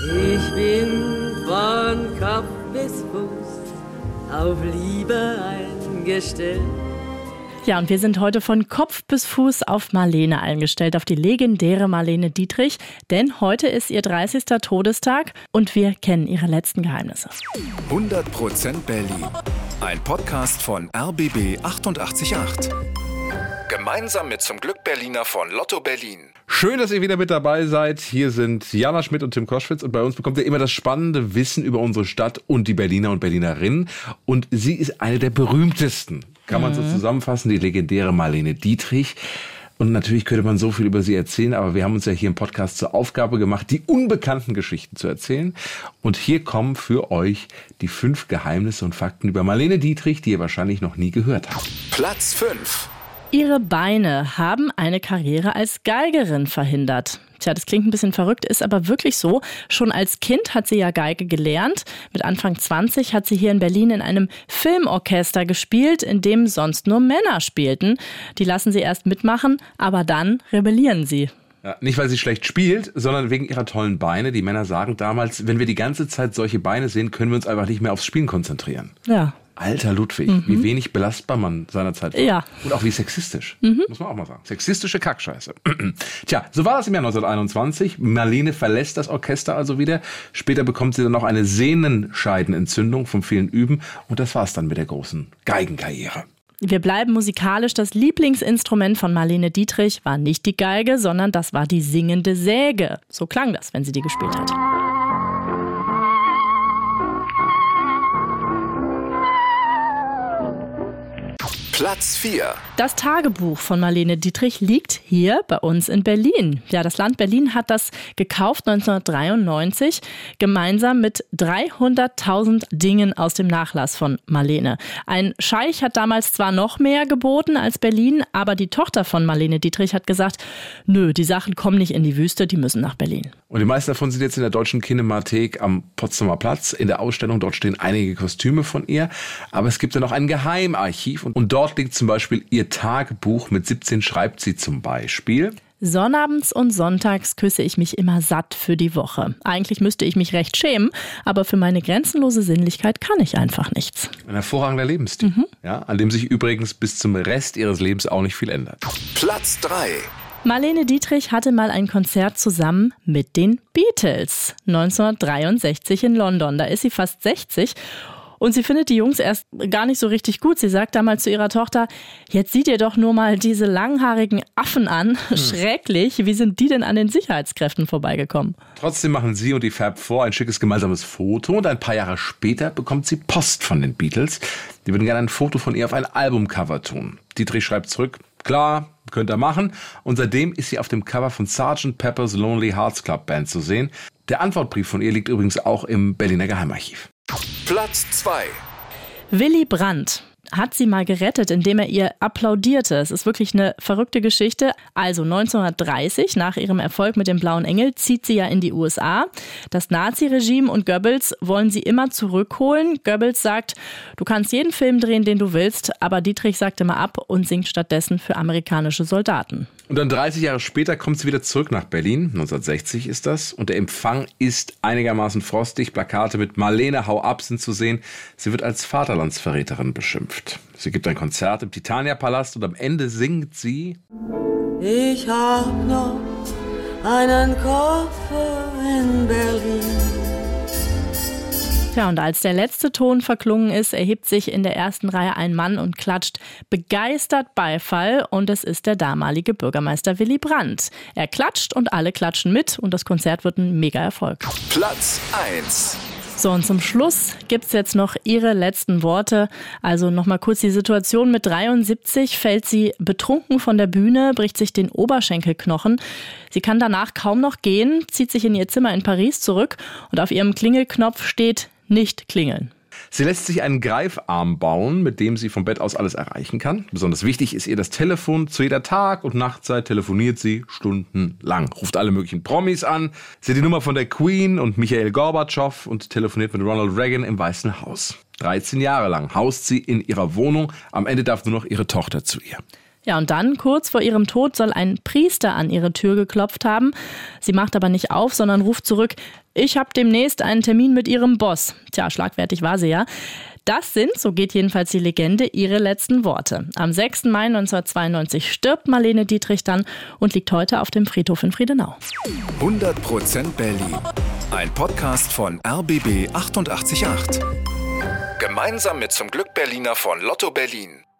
Ich bin von Kopf bis Fuß auf Liebe eingestellt. Ja, und wir sind heute von Kopf bis Fuß auf Marlene eingestellt, auf die legendäre Marlene Dietrich. Denn heute ist ihr 30. Todestag und wir kennen ihre letzten Geheimnisse. 100% Berlin. Ein Podcast von RBB 888. Gemeinsam mit Zum Glück Berliner von Lotto Berlin. Schön, dass ihr wieder mit dabei seid. Hier sind Jana Schmidt und Tim Koschwitz und bei uns bekommt ihr immer das spannende Wissen über unsere Stadt und die Berliner und Berlinerinnen. Und sie ist eine der berühmtesten, kann man so zusammenfassen, die legendäre Marlene Dietrich. Und natürlich könnte man so viel über sie erzählen, aber wir haben uns ja hier im Podcast zur Aufgabe gemacht, die unbekannten Geschichten zu erzählen. Und hier kommen für euch die 5 Geheimnisse und Fakten über Marlene Dietrich, die ihr wahrscheinlich noch nie gehört habt. Platz 5. Ihre Beine haben eine Karriere als Geigerin verhindert. Tja, das klingt ein bisschen verrückt, ist aber wirklich so. Schon als Kind hat sie ja Geige gelernt. Mit Anfang 20 hat sie hier in Berlin in einem Filmorchester gespielt, in dem sonst nur Männer spielten. Die lassen sie erst mitmachen, aber dann rebellieren sie. Ja, nicht, weil sie schlecht spielt, sondern wegen ihrer tollen Beine. Die Männer sagen damals, wenn wir die ganze Zeit solche Beine sehen, können wir uns einfach nicht mehr aufs Spielen konzentrieren. Ja. Alter Ludwig, wie wenig belastbar man seinerzeit war. Ja. Und auch wie sexistisch, muss man auch mal sagen. Sexistische Kackscheiße. Tja, so war das im Jahr 1921. Marlene verlässt das Orchester also wieder. Später bekommt sie dann noch eine Sehnenscheidenentzündung vom vielen Üben. Und das war's dann mit der großen Geigenkarriere. Wir bleiben musikalisch. Das Lieblingsinstrument von Marlene Dietrich war nicht die Geige, sondern das war die singende Säge. So klang das, wenn sie die gespielt hat. Platz 4. Das Tagebuch von Marlene Dietrich liegt hier bei uns in Berlin. Ja, das Land Berlin hat das gekauft 1993, gemeinsam mit 300.000 Dingen aus dem Nachlass von Marlene. Ein Scheich hat damals zwar noch mehr geboten als Berlin, aber die Tochter von Marlene Dietrich hat gesagt, nö, die Sachen kommen nicht in die Wüste, die müssen nach Berlin. Und die meisten davon sind jetzt in der Deutschen Kinemathek am Potsdamer Platz in der Ausstellung. Dort stehen einige Kostüme von ihr, aber es gibt ja noch ein Geheimarchiv und dort liegt zum Beispiel ihr Tagebuch. Mit 17 schreibt sie zum Beispiel: Sonnabends und sonntags küsse ich mich immer satt für die Woche. Eigentlich müsste ich mich recht schämen, aber für meine grenzenlose Sinnlichkeit kann ich einfach nichts. Ein hervorragender Lebensstil, ja, an dem sich übrigens bis zum Rest ihres Lebens auch nicht viel ändert. Platz 3. Marlene Dietrich hatte mal ein Konzert zusammen mit den Beatles 1963 in London. Da ist sie fast 60. Und sie findet die Jungs erst gar nicht so richtig gut. Sie sagt damals zu ihrer Tochter, jetzt sieh dir doch nur mal diese langhaarigen Affen an. Schrecklich, wie sind die denn an den Sicherheitskräften vorbeigekommen? Trotzdem machen sie und die Fab Four ein schickes gemeinsames Foto. Und ein paar Jahre später bekommt sie Post von den Beatles. Die würden gerne ein Foto von ihr auf ein Albumcover tun. Dietrich schreibt zurück, klar, könnt ihr machen. Und seitdem ist sie auf dem Cover von Sgt. Pepper's Lonely Hearts Club Band zu sehen. Der Antwortbrief von ihr liegt übrigens auch im Berliner Geheimarchiv. Platz 2. Willy Brandt hat sie mal gerettet, indem er ihr applaudierte. Es ist wirklich eine verrückte Geschichte. Also 1930, nach ihrem Erfolg mit dem Blauen Engel, zieht sie ja in die USA. Das Naziregime und Goebbels wollen sie immer zurückholen. Goebbels sagt, du kannst jeden Film drehen, den du willst, aber Dietrich sagt immer ab und singt stattdessen für amerikanische Soldaten. Und dann 30 Jahre später kommt sie wieder zurück nach Berlin, 1960 ist das. Und der Empfang ist einigermaßen frostig. Plakate mit Marlene, hau ab sind zu sehen. Sie wird als Vaterlandsverräterin beschimpft. Sie gibt ein Konzert im Titania-Palast und am Ende singt sie: Ich hab noch einen Koffer in Berlin. Ja, und als der letzte Ton verklungen ist, erhebt sich in der ersten Reihe ein Mann und klatscht begeistert Beifall. Und es ist der damalige Bürgermeister Willy Brandt. Er klatscht und alle klatschen mit und das Konzert wird ein Mega-Erfolg. Platz 1. So, und zum Schluss gibt's jetzt noch ihre letzten Worte. Also nochmal kurz die Situation. Mit 73 fällt sie betrunken von der Bühne, bricht sich den Oberschenkelknochen. Sie kann danach kaum noch gehen, zieht sich in ihr Zimmer in Paris zurück und auf ihrem Klingelknopf steht: nicht klingeln. Sie lässt sich einen Greifarm bauen, mit dem sie vom Bett aus alles erreichen kann. Besonders wichtig ist ihr das Telefon. Zu jeder Tag- und Nachtzeit telefoniert sie stundenlang. Ruft alle möglichen Promis an. Sie hat die Nummer von der Queen und Michail Gorbatschow und telefoniert mit Ronald Reagan im Weißen Haus. 13 Jahre lang haust sie in ihrer Wohnung. Am Ende darf nur noch ihre Tochter zu ihr. Ja, und dann, kurz vor ihrem Tod, soll ein Priester an ihre Tür geklopft haben. Sie macht aber nicht auf, sondern ruft zurück: ich habe demnächst einen Termin mit ihrem Boss. Tja, schlagfertig war sie ja. Das sind, so geht jedenfalls die Legende, ihre letzten Worte. Am 6. Mai 1992 stirbt Marlene Dietrich dann und liegt heute auf dem Friedhof in Friedenau. 100% Berlin. Ein Podcast von RBB 888. Gemeinsam mit Zum Glück Berliner von Lotto Berlin.